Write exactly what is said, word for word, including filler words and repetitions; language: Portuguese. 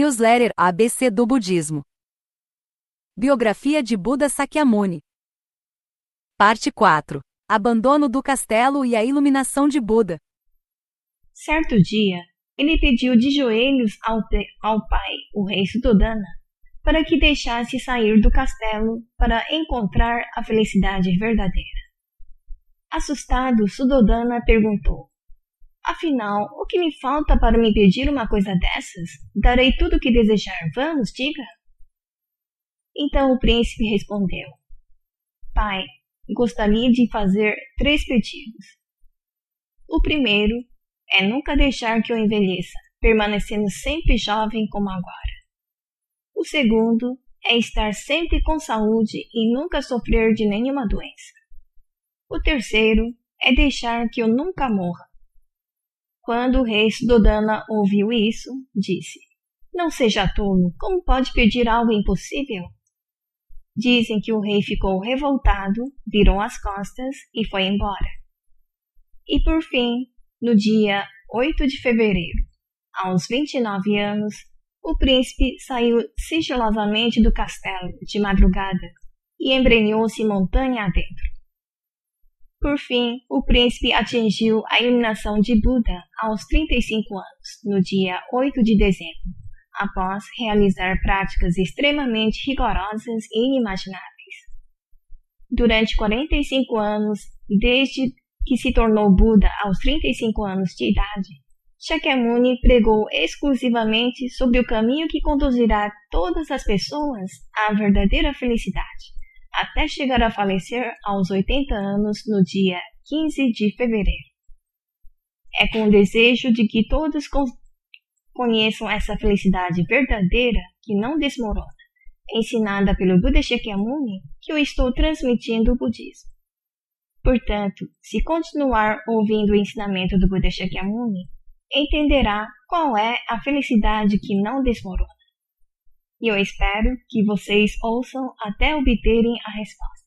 Newsletter A B C do Budismo. Biografia de Buda Sakyamuni. Parte quatro. Abandono do castelo e a iluminação de Buda. Certo dia, ele pediu de joelhos ao, ao pai, o rei Suddhodana, para que deixasse sair do castelo para encontrar a felicidade verdadeira. Assustado, Suddhodana perguntou: Afinal, o que me falta para me pedir uma coisa dessas? Darei tudo o que desejar. Vamos, diga. Então o príncipe respondeu: Pai, gostaria de fazer três pedidos. O primeiro é nunca deixar que eu envelheça, permanecendo sempre jovem como agora. O segundo é estar sempre com saúde e nunca sofrer de nenhuma doença. O terceiro é deixar que eu nunca morra. Quando o rei Suddhodana ouviu isso, disse: Não seja tolo, como pode pedir algo impossível? Dizem que o rei ficou revoltado, virou as costas e foi embora. E por fim, no dia oito de fevereiro, aos vinte e nove anos, o príncipe saiu sigilosamente do castelo de madrugada e embrenhou-se montanha adentro. Por fim, o príncipe atingiu a iluminação de Buda aos trinta e cinco anos, no dia oito de dezembro, após realizar práticas extremamente rigorosas e inimagináveis. Durante quarenta e cinco anos, desde que se tornou Buda aos trinta e cinco anos de idade, Shakyamuni pregou exclusivamente sobre o caminho que conduzirá todas as pessoas à verdadeira felicidade, até chegar a falecer aos oitenta anos no dia quinze de fevereiro. É com o desejo de que todos conheçam essa felicidade verdadeira que não desmorona, ensinada pelo Buda Shakyamuni, que eu estou transmitindo o budismo. Portanto, se continuar ouvindo o ensinamento do Buda Shakyamuni, entenderá qual é a felicidade que não desmorona. E eu espero que vocês ouçam até obterem a resposta.